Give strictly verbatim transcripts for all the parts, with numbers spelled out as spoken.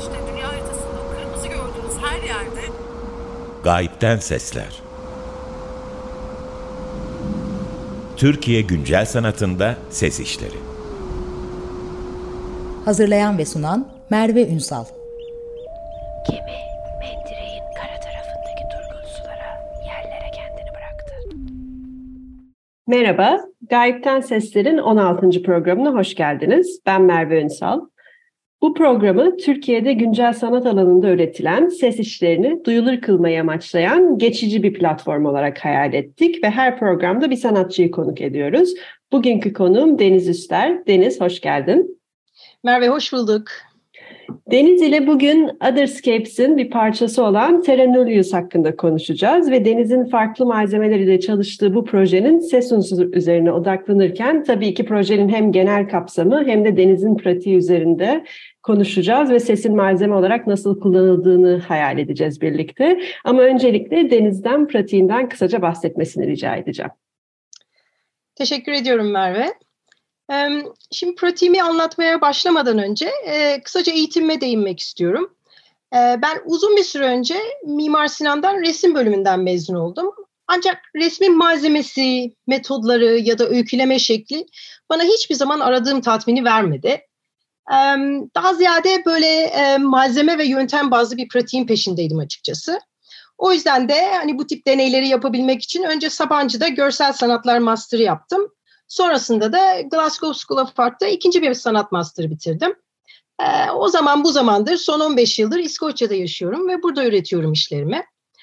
İşte dünya haritasında o kırmızı gördüğünüz her yerde Gayipten Sesler. Türkiye Güncel Sanatında Ses İşleri. Hazırlayan ve sunan Merve Ünsal. Gemi mendireğin kara tarafındaki durgun sulara, yerlere kendini bıraktı. Merhaba, Gayipten Sesler'in on altıncı programına hoş geldiniz. Ben Merve Ünsal. Bu programı Türkiye'de güncel sanat alanında üretilen ses işlerini duyulur kılmayı amaçlayan geçici bir platform olarak hayal ettik ve her programda bir sanatçıyı konuk ediyoruz. Bugünkü konuğum Deniz Üster. Deniz, hoş geldin. Merve, hoş bulduk. Deniz ile bugün Otherscapes'in bir parçası olan Terra Nullius hakkında konuşacağız ve Deniz'in farklı malzemeleriyle çalıştığı bu projenin ses unsuru üzerine odaklanırken tabii ki projenin hem genel kapsamı hem de Deniz'in pratiği üzerinde konuşacağız ve sesin malzeme olarak nasıl kullanıldığını hayal edeceğiz birlikte. Ama öncelikle Deniz'den, pratiğinden kısaca bahsetmesini rica edeceğim. Teşekkür ediyorum Merve. Şimdi pratiğimi anlatmaya başlamadan önce kısaca eğitimime değinmek istiyorum. Ben uzun bir süre önce Mimar Sinan'dan resim bölümünden mezun oldum. Ancak resmin malzemesi, metodları ya da öyküleme şekli bana hiçbir zaman aradığım tatmini vermedi. Daha ziyade böyle malzeme ve yöntem bazlı bir pratiğin peşindeydim açıkçası. O yüzden de hani bu tip deneyleri yapabilmek için önce Sabancı'da görsel sanatlar master'ı yaptım. Sonrasında da Glasgow School of Art'ta ikinci bir sanat master'ı bitirdim. Ee, o zaman bu zamandır son on beş yıldır İskoçya'da yaşıyorum ve burada üretiyorum işlerimi.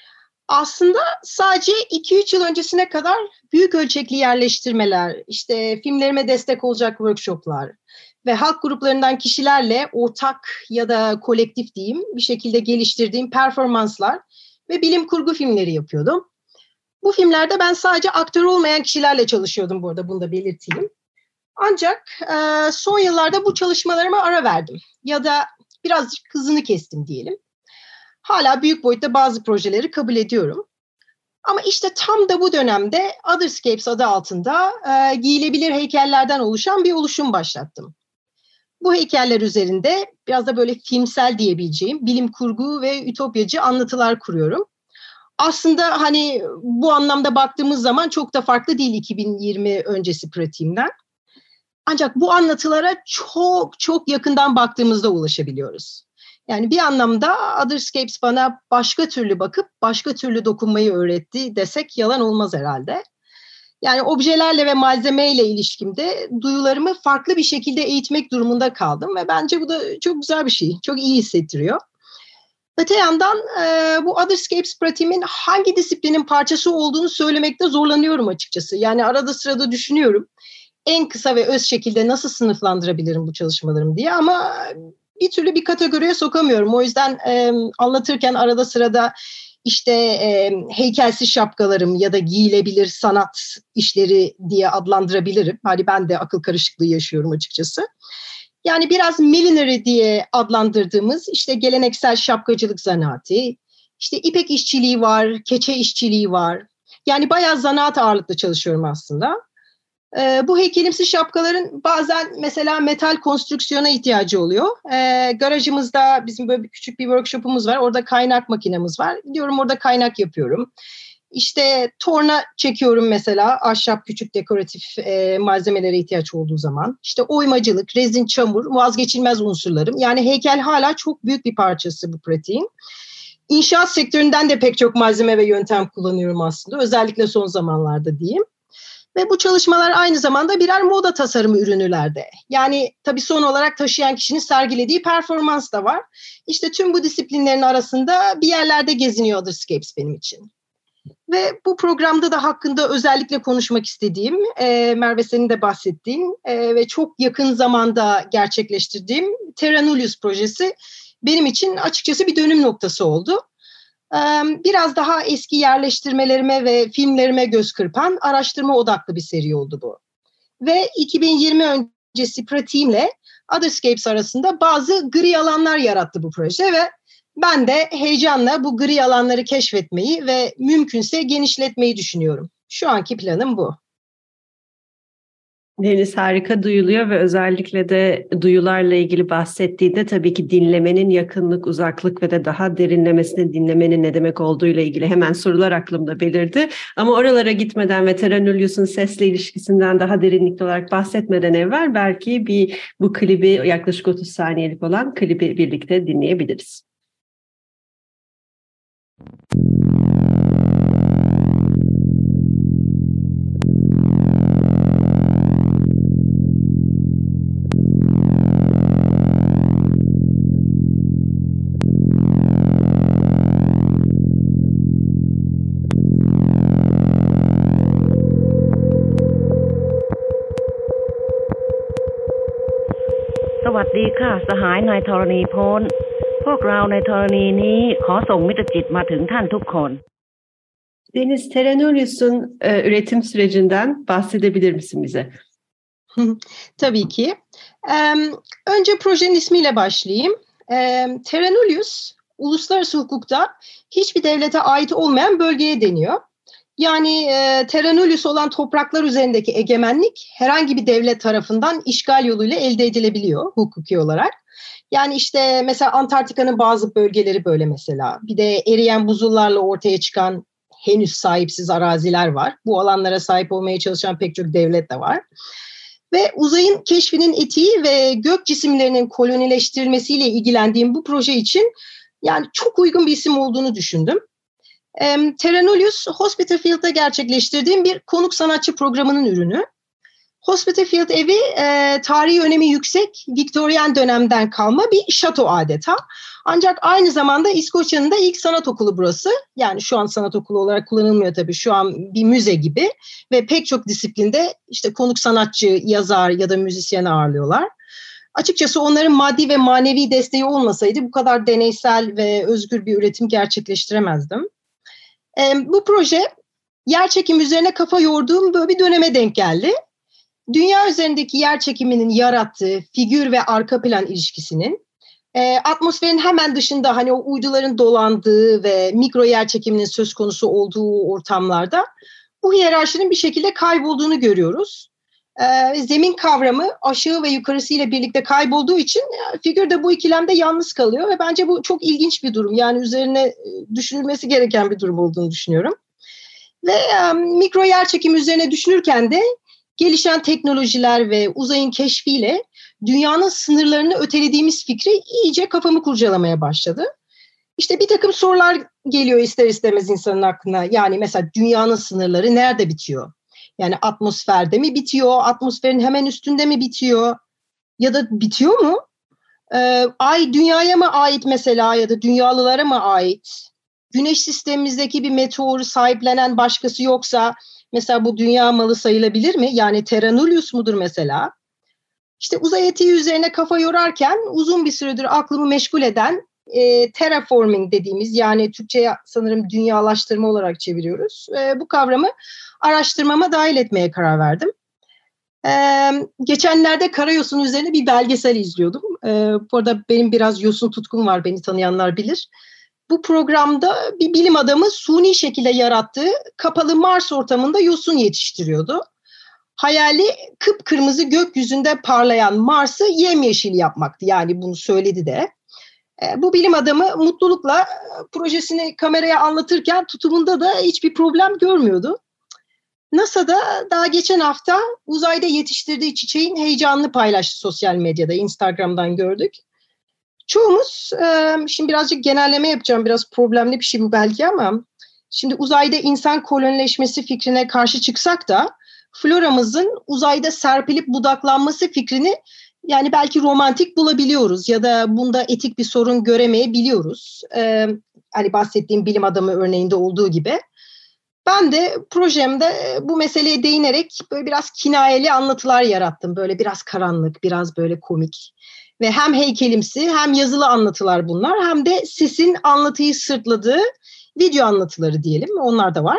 Aslında sadece iki üç yıl öncesine kadar büyük ölçekli yerleştirmeler, işte filmlerime destek olacak workshoplar ve halk gruplarından kişilerle ortak ya da kolektif diyeyim bir şekilde geliştirdiğim performanslar ve bilim kurgu filmleri yapıyordum. Bu filmlerde ben sadece aktör olmayan kişilerle çalışıyordum bu arada, bunu da belirteyim. Ancak e, son yıllarda bu çalışmalarıma ara verdim ya da birazcık hızını kestim diyelim. Hala büyük boyutta bazı projeleri kabul ediyorum. Ama işte tam da bu dönemde Otherscapes adı altında e, giyilebilir heykellerden oluşan bir oluşum başlattım. Bu heykeller üzerinde biraz da böyle filmsel diyebileceğim bilim kurgu ve ütopyacı anlatılar kuruyorum. Aslında hani bu anlamda baktığımız zaman çok da farklı değil iki bin yirmi öncesi pratiğimden. Ancak bu anlatılara çok çok yakından baktığımızda ulaşabiliyoruz. Yani bir anlamda Otherscapes bana başka türlü bakıp başka türlü dokunmayı öğretti desek yalan olmaz herhalde. Yani objelerle ve malzemeyle ilişkimde duyularımı farklı bir şekilde eğitmek durumunda kaldım ve bence bu da çok güzel bir şey, çok iyi hissettiriyor. Öte yandan e, bu Otherscapes pratiğimin hangi disiplinin parçası olduğunu söylemekte zorlanıyorum açıkçası. Yani arada sırada düşünüyorum en kısa ve öz şekilde nasıl sınıflandırabilirim bu çalışmalarımı diye ama bir türlü bir kategoriye sokamıyorum. O yüzden e, anlatırken arada sırada işte e, heykelsiz şapkalarım ya da giyilebilir sanat işleri diye adlandırabilirim. Hani ben de akıl karışıklığı yaşıyorum açıkçası. Yani biraz millinery diye adlandırdığımız işte geleneksel şapkacılık zanaatı, işte ipek işçiliği var, keçe işçiliği var. Yani bayağı zanaat ağırlıklı çalışıyorum aslında. Ee, bu heykelimsi şapkaların bazen mesela metal konstrüksiyona ihtiyacı oluyor. Ee, garajımızda bizim böyle bir küçük bir workshopumuz var. Orada kaynak makinemiz var. Gidiyorum orada kaynak yapıyorum. İşte torna çekiyorum mesela ahşap küçük dekoratif e, malzemelere ihtiyaç olduğu zaman. İşte oymacılık, rezin, çamur vazgeçilmez unsurlarım. Yani heykel hala çok büyük bir parçası bu pratiğin. İnşaat sektöründen de pek çok malzeme ve yöntem kullanıyorum aslında. Özellikle son zamanlarda diyeyim. Ve bu çalışmalar aynı zamanda birer moda tasarımı ürünülerde. Yani tabii son olarak taşıyan kişinin sergilediği performans da var. İşte tüm bu disiplinlerin arasında bir yerlerde geziniyor Otherscapes benim için. Ve bu programda da hakkında özellikle konuşmak istediğim, e, Merve senin de bahsettiğin e, ve çok yakın zamanda gerçekleştirdiğim Terra Nullius projesi benim için açıkçası bir dönüm noktası oldu. E, biraz daha eski yerleştirmelerime ve filmlerime göz kırpan araştırma odaklı bir seri oldu bu. Ve iki bin yirmi öncesi pratiğimle Otherscapes arasında bazı gri alanlar yarattı bu proje ve ben de heyecanla bu gri alanları keşfetmeyi ve mümkünse genişletmeyi düşünüyorum. Şu anki planım bu. Deniz, harika duyuluyor ve özellikle de duyularla ilgili bahsettiğinde tabii ki dinlemenin yakınlık, uzaklık ve de daha derinlemesine dinlemenin ne demek olduğuyla ilgili hemen sorular aklımda belirdi. Ama oralara gitmeden ve Terra Nullius'un sesle ilişkisinden daha derinlikli olarak bahsetmeden evvel belki bir bu klibi, yaklaşık otuz saniyelik olan klibi birlikte dinleyebiliriz. สวัสดีค่ะสหายนายธรณีโพ้นพวกเราในธรณีนี้ขอส่งมิตรจิตมาถึงท่านทุกคน Deniz, Terra Nullius'un e, üretim sürecinden bahsedebilir misin bize? Tabii ki. Ee, önce projenin ismiyle başlayayım. Ee, Terra Nullius, uluslararası hukukta hiçbir devlete ait olmayan bölgeye deniyor. Yani e, Terra Nullius olan topraklar üzerindeki egemenlik herhangi bir devlet tarafından işgal yoluyla elde edilebiliyor hukuki olarak. Yani işte mesela Antarktika'nın bazı bölgeleri böyle mesela. Bir de eriyen buzullarla ortaya çıkan henüz sahipsiz araziler var. Bu alanlara sahip olmaya çalışan pek çok devlet de var. Ve uzayın keşfinin etiği ve gök cisimlerinin kolonileştirilmesiyle ilgilendiğim bu proje için yani çok uygun bir isim olduğunu düşündüm. E, Terra Nullius, Hospital Field'da gerçekleştirdiğim bir konuk sanatçı programının ürünü. Hospital Field evi e, tarihi önemi yüksek, Viktoryen dönemden kalma bir şato adeta. Ancak aynı zamanda İskoçya'nın da ilk sanat okulu burası. Yani şu an sanat okulu olarak kullanılmıyor tabii. Şu an bir müze gibi ve pek çok disiplinde işte konuk sanatçı, yazar ya da müzisyen ağırlıyorlar. Açıkçası onların maddi ve manevi desteği olmasaydı bu kadar deneysel ve özgür bir üretim gerçekleştiremezdim. E, bu proje yer çekimi üzerine kafa yorduğum böyle bir döneme denk geldi. Dünya üzerindeki yer çekiminin yarattığı figür ve arka plan ilişkisinin e, atmosferin hemen dışında hani o uyduların dolandığı ve mikro yer çekiminin söz konusu olduğu ortamlarda bu hiyerarşinin bir şekilde kaybolduğunu görüyoruz. E, zemin kavramı aşağı ve yukarısıyla birlikte kaybolduğu için e, figür de bu ikilemde yalnız kalıyor ve bence bu çok ilginç bir durum. Yani üzerine düşünülmesi gereken bir durum olduğunu düşünüyorum. Ve e, mikro yer çekimi üzerine düşünürken de gelişen teknolojiler ve uzayın keşfiyle dünyanın sınırlarını ötelediğimiz fikri iyice kafamı kurcalamaya başladı. İşte bir takım sorular geliyor ister istemez insanın aklına. Yani mesela dünyanın sınırları nerede bitiyor? Yani atmosferde mi bitiyor? Atmosferin hemen üstünde mi bitiyor? Ya da bitiyor mu? Ee, Ay dünyaya mı ait mesela ya da dünyalılara mı ait? Güneş sistemimizdeki bir meteoru sahiplenen başkası yoksa mesela bu dünya malı sayılabilir mi? Yani Terra Nullius mudur mesela? İşte uzay etiği üzerine kafa yorarken uzun bir süredir aklımı meşgul eden e, terraforming dediğimiz, yani Türkçe'ye sanırım dünyalaştırma olarak çeviriyoruz. E, bu kavramı araştırmama dahil etmeye karar verdim. E, geçenlerde Karayosun üzerine bir belgesel izliyordum. E, bu arada benim biraz yosun tutkum var, beni tanıyanlar bilir. Bu programda bir bilim adamı suni şekilde yarattığı kapalı Mars ortamında yosun yetiştiriyordu. Hayali kıpkırmızı gökyüzünde parlayan Mars'ı yemyeşil yapmaktı. Yani bunu söyledi de. E, bu bilim adamı mutlulukla e, projesini kameraya anlatırken tutumunda da hiçbir problem görmüyordu. NASA'da daha geçen hafta uzayda yetiştirdiği çiçeğin heyecanını paylaştı sosyal medyada, Instagram'dan gördük. Çoğumuz, e, şimdi birazcık genelleme yapacağım, biraz problemli bir şey bu belki ama şimdi uzayda insan kolonileşmesi fikrine karşı çıksak da floramızın uzayda serpilip budaklanması fikrini yani belki romantik bulabiliyoruz ya da bunda etik bir sorun göremeyebiliyoruz. Ee, hani bahsettiğim bilim adamı örneğinde olduğu gibi. Ben de projemde bu meseleye değinerek böyle biraz kinayeli anlatılar yarattım. Böyle biraz karanlık, biraz böyle komik. Ve hem heykelimsi hem yazılı anlatılar bunlar, hem de sesin anlatıyı sırtladığı video anlatıları diyelim, onlar da var.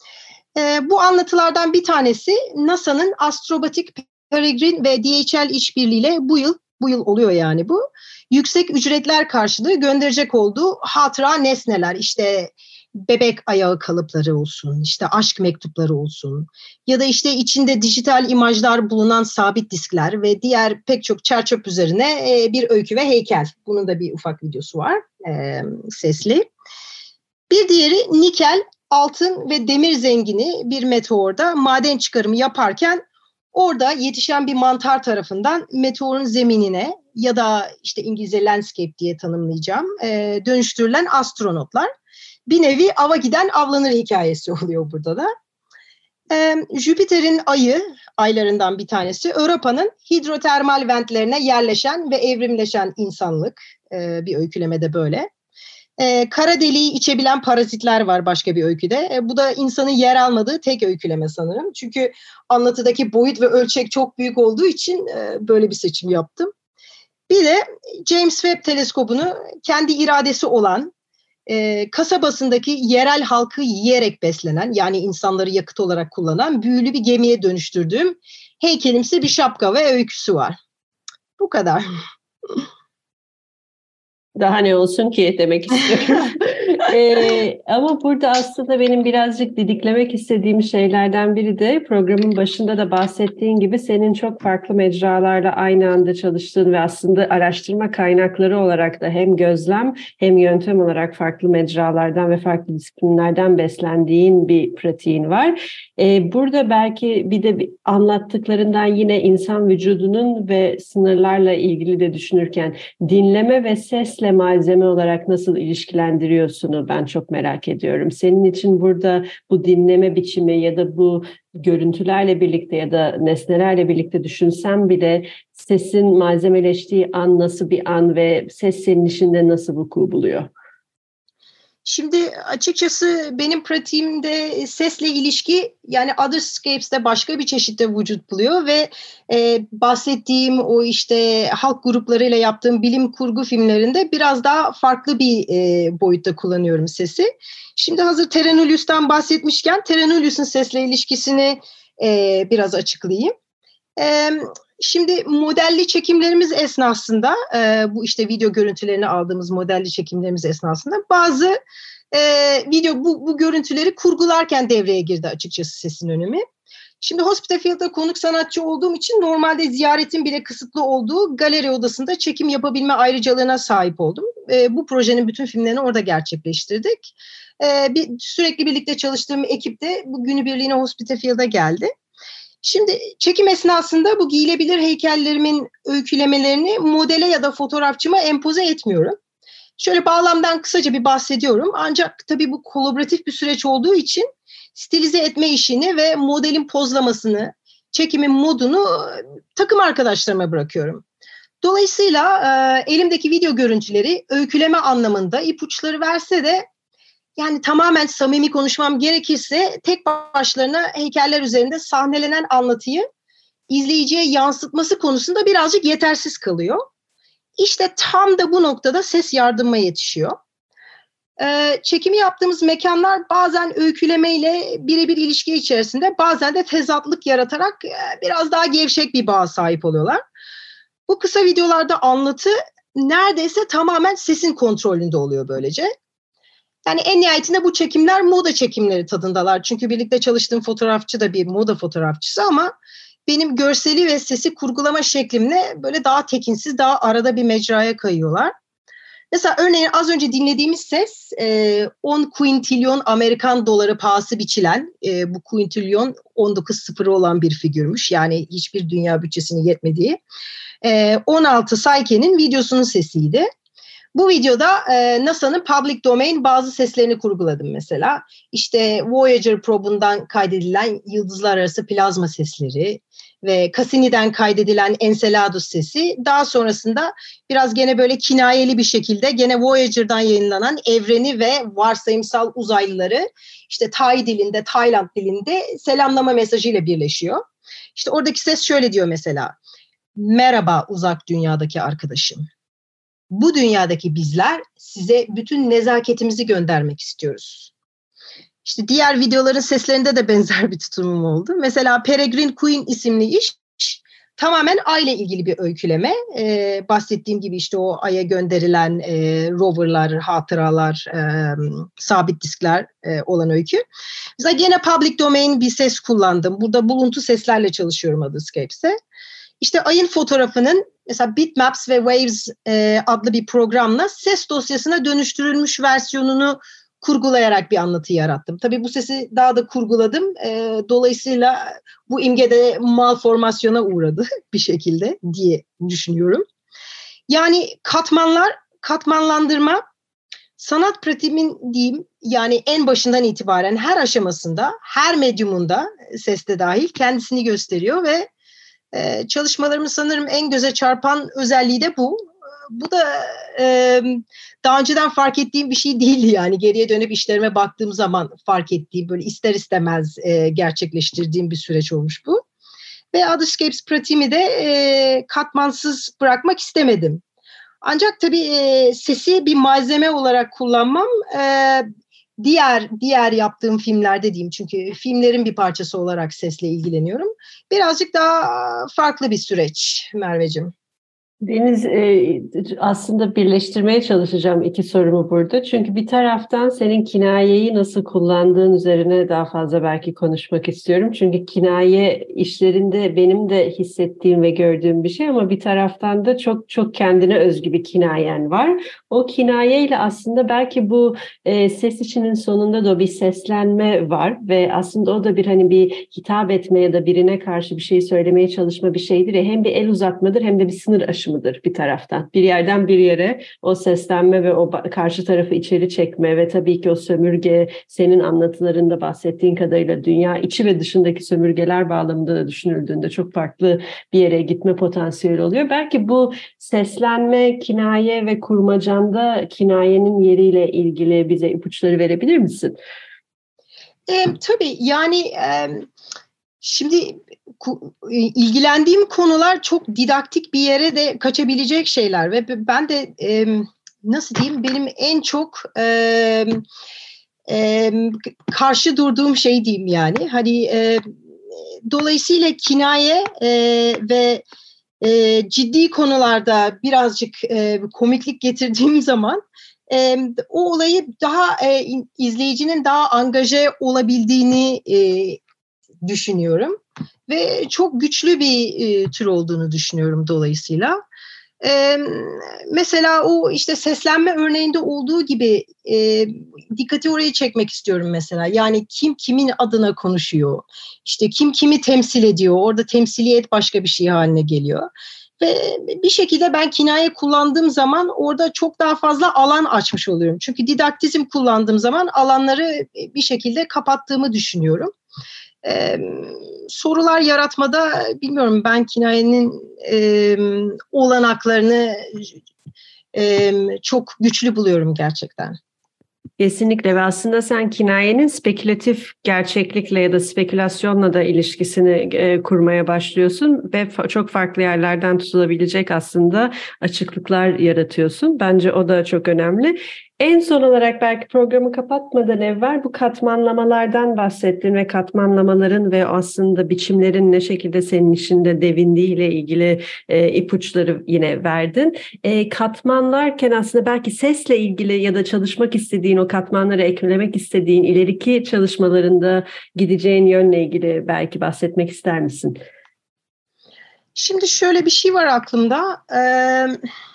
Ee, bu anlatılardan bir tanesi NASA'nın Astrobotic Peregrine ve D H L işbirliğiyle bu yıl, bu yıl oluyor yani bu, yüksek ücretler karşılığı gönderecek olduğu hatıra nesneler. İşte bebek ayağı kalıpları olsun, işte aşk mektupları olsun ya da işte içinde dijital imajlar bulunan sabit diskler ve diğer pek çok çerçöp üzerine e, bir öykü ve heykel. Bunun da bir ufak videosu var, e, sesli. Bir diğeri nikel, altın ve demir zengini bir meteorda maden çıkarımı yaparken orada yetişen bir mantar tarafından meteorun zeminine ya da işte İngilizce landscape diye tanımlayacağım e, dönüştürülen astronotlar. Bir nevi ava giden avlanır hikayesi oluyor burada da. E, Jüpiter'in ayı, aylarından bir tanesi, Europa'nın hidrotermal ventlerine yerleşen ve evrimleşen insanlık. E, bir öykülemede böyle. E, kara deliği içebilen parazitler var başka bir öyküde. E, bu da insanın yer almadığı tek öyküleme sanırım. Çünkü anlatıdaki boyut ve ölçek çok büyük olduğu için e, böyle bir seçim yaptım. Bir de James Webb teleskobunu kendi iradesi olan, e, kasabasındaki yerel halkı yiyerek beslenen, yani insanları yakıt olarak kullanan büyülü bir gemiye dönüştürdüğüm heykelimsi bir şapka ve öyküsü var. Bu kadar. Daha ne olsun ki demek istiyorum. ee, ama burada aslında benim birazcık didiklemek istediğim şeylerden biri de programın başında da bahsettiğin gibi senin çok farklı mecralarla aynı anda çalıştığın ve aslında araştırma kaynakları olarak da hem gözlem hem yöntem olarak farklı mecralardan ve farklı disiplinlerden beslendiğin bir pratiğin var. Ee, burada belki bir de anlattıklarından yine insan vücudunun ve sınırlarla ilgili de düşünürken dinleme ve sesle malzeme olarak nasıl ilişkilendiriyorsunu ben çok merak ediyorum. Senin için burada bu dinleme biçimi ya da bu görüntülerle birlikte ya da nesnelerle birlikte düşünsem bile sesin malzemeleştiği an nasıl bir an ve ses senin işinde nasıl vuku buluyor? Şimdi açıkçası benim pratiğimde sesle ilişki, yani Otherscapes'te başka bir çeşitte vücut buluyor ve e, bahsettiğim o işte halk gruplarıyla yaptığım bilim kurgu filmlerinde biraz daha farklı bir e, boyutta kullanıyorum sesi. Şimdi hazır Terra Nullius'tan bahsetmişken Terra Nullius'un sesle ilişkisini e, biraz açıklayayım. E, Şimdi modelli çekimlerimiz esnasında, e, bu işte video görüntülerini aldığımız modelli çekimlerimiz esnasında bazı e, video bu, bu görüntüleri kurgularken devreye girdi açıkçası sesin önemi. Şimdi Hospitalfield'da konuk sanatçı olduğum için normalde ziyaretin bile kısıtlı olduğu galeri odasında çekim yapabilme ayrıcalığına sahip oldum. E, bu projenin bütün filmlerini orada gerçekleştirdik. E, bir, sürekli birlikte çalıştığım ekip de bu günübirliğine Hospitalfield'a geldi. Şimdi çekim esnasında bu giyilebilir heykellerimin öykülemelerini modele ya da fotoğrafçıma empoze etmiyorum. Şöyle bağlamdan kısaca bir bahsediyorum. Ancak tabii bu kolaboratif bir süreç olduğu için stilize etme işini ve modelin pozlamasını, çekimin modunu takım arkadaşlarıma bırakıyorum. Dolayısıyla e, elimdeki video görüntüleri öyküleme anlamında ipuçları verse de yani tamamen samimi konuşmam gerekirse tek başlarına heykeller üzerinde sahnelenen anlatıyı izleyiciye yansıtması konusunda birazcık yetersiz kalıyor. İşte tam da bu noktada ses yardımıma yetişiyor. Ee, çekimi yaptığımız mekanlar bazen öykülemeyle birebir ilişki içerisinde, bazen de tezatlık yaratarak e, biraz daha gevşek bir bağa sahip oluyorlar. Bu kısa videolarda anlatı neredeyse tamamen sesin kontrolünde oluyor böylece. Yani en nihayetinde bu çekimler moda çekimleri tadındalar. Çünkü birlikte çalıştığım fotoğrafçı da bir moda fotoğrafçısı ama benim görseli ve sesi kurgulama şeklimle böyle daha tekinsiz, daha arada bir mecraya kayıyorlar. Mesela örneğin az önce dinlediğimiz ses on kuintilyon Amerikan doları pahası biçilen, bu kuintilyon on dokuz sıfırı olan bir figürmüş. Yani hiçbir dünya bütçesinin yetmediği. on altı Psyche'nin videosunun sesiydi. Bu videoda e, NASA'nın public domain bazı seslerini kurguladım mesela. İşte Voyager probundan kaydedilen yıldızlar arası plazma sesleri ve Cassini'den kaydedilen Enceladus sesi. Daha sonrasında biraz gene böyle kinayeli bir şekilde gene Voyager'dan yayınlanan evreni ve varsayımsal uzaylıları işte Tay dilinde, Tayland dilinde selamlama mesajıyla birleşiyor. İşte oradaki ses şöyle diyor mesela. Merhaba uzak dünyadaki arkadaşım. Bu dünyadaki bizler size bütün nezaketimizi göndermek istiyoruz. İşte diğer videoların seslerinde de benzer bir tutumum oldu. Mesela Peregrine Queen isimli iş tamamen Ay'la ilgili bir öyküleme. E, bahsettiğim gibi işte o Ay'a gönderilen e, roverlar, hatıralar, e, sabit diskler e, olan öykü. Mesela gene public domain bir ses kullandım. Burada buluntu seslerle çalışıyorum Otherscapes'e. İşte Ay'ın fotoğrafının mesela Bitmaps ve Waves e, adlı bir programla ses dosyasına dönüştürülmüş versiyonunu kurgulayarak bir anlatı yarattım. Tabii bu sesi daha da kurguladım. E, dolayısıyla bu imgede malformasyona uğradı bir şekilde diye düşünüyorum. Yani katmanlar, katmanlandırma sanat pratiğimin diyeyim yani en başından itibaren her aşamasında, her medyumunda seste dahil kendisini gösteriyor ve e, çalışmalarımın sanırım en göze çarpan özelliği de bu. Bu da e, daha önceden fark ettiğim bir şey değildi yani geriye dönüp işlerime baktığım zaman fark ettiğim böyle ister istemez e, gerçekleştirdiğim bir süreç olmuş bu. Ve Otherscapes pratiğimi de e, katmansız bırakmak istemedim. Ancak tabii e, sesi bir malzeme olarak kullanmam e, diğer diğer yaptığım filmlerde diyeyim çünkü filmlerin bir parçası olarak sesle ilgileniyorum. Birazcık daha farklı bir süreç Merveciğim. Deniz, e, aslında birleştirmeye çalışacağım iki sorumu burada. Çünkü bir taraftan senin kinayeyi nasıl kullandığın üzerine daha fazla belki konuşmak istiyorum. Çünkü kinaye işlerinde benim de hissettiğim ve gördüğüm bir şey ama bir taraftan da çok çok kendine özgü bir kinayen var. O kinayeyle aslında belki bu e, ses işinin sonunda da bir seslenme var ve aslında o da bir hani bir hitap etme ya da birine karşı bir şey söylemeye çalışma bir şeydir ya, hem bir el uzatmadır hem de bir sınır aşımı mıdır bir taraftan. Bir yerden bir yere o seslenme ve o karşı tarafı içeri çekme ve tabii ki o sömürge senin anlatılarında bahsettiğin kadarıyla dünya içi ve dışındaki sömürgeler bağlamında da düşünüldüğünde çok farklı bir yere gitme potansiyeli oluyor. Belki bu seslenme, kinaye ve kurmacanda kinayenin yeriyle ilgili bize ipuçları verebilir misin? E, tabii yani e, şimdi ilgilendiğim konular çok didaktik bir yere de kaçabilecek şeyler ve ben de e, nasıl diyeyim benim en çok e, e, karşı durduğum şey diyeyim yani hani e, dolayısıyla kinaye e, ve e, ciddi konularda birazcık e, komiklik getirdiğim zaman e, o olayı daha e, izleyicinin daha angaje olabildiğini e, düşünüyorum ve çok güçlü bir e, tür olduğunu düşünüyorum dolayısıyla. E, mesela o işte seslenme örneğinde olduğu gibi e, dikkati oraya çekmek istiyorum mesela. Yani kim kimin adına konuşuyor, işte kim kimi temsil ediyor, orada temsiliyet başka bir şey haline geliyor. Ve bir şekilde ben kinaye kullandığım zaman orada çok daha fazla alan açmış oluyorum. Çünkü didaktizm kullandığım zaman alanları bir şekilde kapattığımı düşünüyorum. Ee, sorular yaratmada bilmiyorum ben kinayenin e, olanaklarını e, çok güçlü buluyorum gerçekten. Kesinlikle ve aslında sen kinayenin spekülatif gerçeklikle ya da spekülasyonla da ilişkisini e, kurmaya başlıyorsun ve fa- çok farklı yerlerden tutulabilecek aslında açıklıklar yaratıyorsun. Bence o da çok önemli. En son olarak belki programı kapatmadan evvel bu katmanlamalardan bahsettin ve katmanlamaların ve aslında biçimlerin ne şekilde senin işinde devindiğiyle ilgili e, ipuçları yine verdin. E, katmanlarken aslında belki sesle ilgili ya da çalışmak istediğin o katmanları eklemek istediğin ileriki çalışmalarında gideceğin yönle ilgili belki bahsetmek ister misin? Şimdi şöyle bir şey var aklımda. Ee,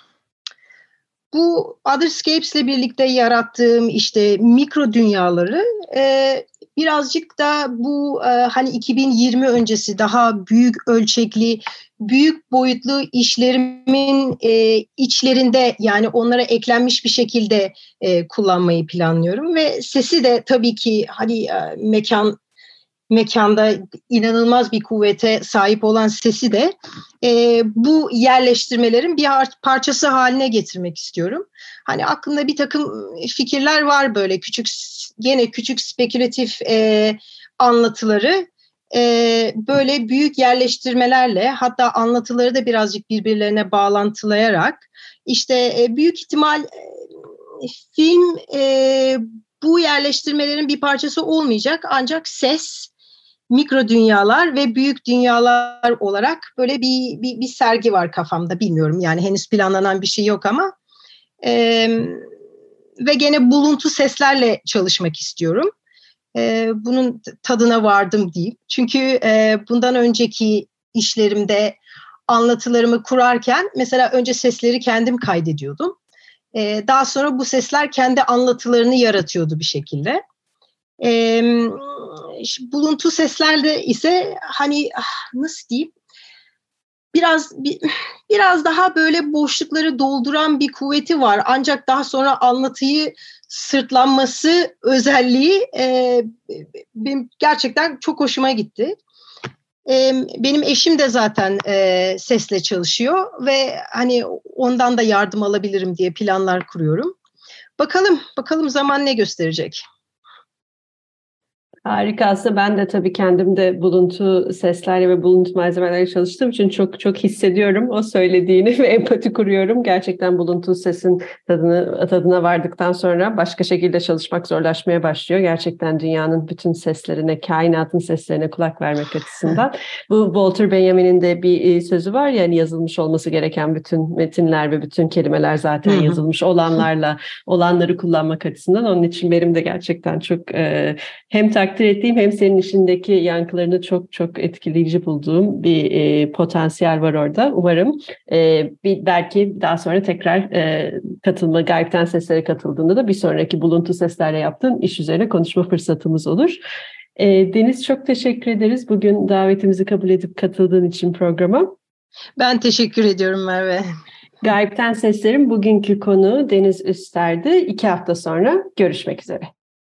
bu Otherscapes'le birlikte yarattığım işte mikro dünyaları e, birazcık da bu e, hani iki bin yirmi öncesi daha büyük ölçekli, büyük boyutlu işlerimin e, içlerinde yani onlara eklenmiş bir şekilde e, kullanmayı planlıyorum ve sesi de tabii ki hani e, mekan mekanda inanılmaz bir kuvvete sahip olan sesi de e, bu yerleştirmelerin bir parçası haline getirmek istiyorum. Hani aklımda bir takım fikirler var böyle küçük, gene küçük spekülatif e, anlatıları e, böyle büyük yerleştirmelerle hatta anlatıları da birazcık birbirlerine bağlantılayarak işte e, büyük ihtimal e, film e, bu yerleştirmelerin bir parçası olmayacak ancak ses, mikro dünyalar ve büyük dünyalar olarak böyle bir, bir, bir sergi var kafamda. Bilmiyorum yani henüz planlanan bir şey yok ama e, ve gene buluntu seslerle çalışmak istiyorum. E, bunun tadına vardım diyeyim. Çünkü e, bundan önceki işlerimde anlatılarımı kurarken mesela önce sesleri kendim kaydediyordum. E, daha sonra bu sesler kendi anlatılarını yaratıyordu bir şekilde. E, buluntu seslerde ise hani nasıl diyeyim biraz bir, biraz daha böyle boşlukları dolduran bir kuvveti var. Ancak daha sonra anlatıyı sırtlanması özelliği e, benim gerçekten çok hoşuma gitti. E, benim eşim de zaten e, sesle çalışıyor ve hani ondan da yardım alabilirim diye planlar kuruyorum. Bakalım, bakalım zaman ne gösterecek. Harika. Aslında ben de tabii kendimde buluntu seslerle ve buluntu malzemelerle çalıştığım için çok çok hissediyorum o söylediğini ve empati kuruyorum. Gerçekten buluntu sesin tadını, tadına vardıktan sonra başka şekilde çalışmak zorlaşmaya başlıyor. Gerçekten dünyanın bütün seslerine, kainatın seslerine kulak vermek açısından. Bu Walter Benjamin'in de bir sözü var ya, hani yazılmış olması gereken bütün metinler ve bütün kelimeler zaten yazılmış olanlarla olanları kullanmak açısından. Onun için benim de gerçekten çok e, hem takdir ettiğim hem senin işindeki yankılarını çok çok etkileyici bulduğum bir e, potansiyel var orada. Umarım e, bir belki daha sonra tekrar e, katılma, Gayipten Seslere katıldığında da bir sonraki buluntu seslerle yaptığın iş üzerine konuşma fırsatımız olur. E, Deniz, çok teşekkür ederiz bugün davetimizi kabul edip katıldığın için programa. Ben teşekkür ediyorum Merve. Gayipten Sesler'in bugünkü konuğu Deniz Üster'di. İki hafta sonra görüşmek üzere.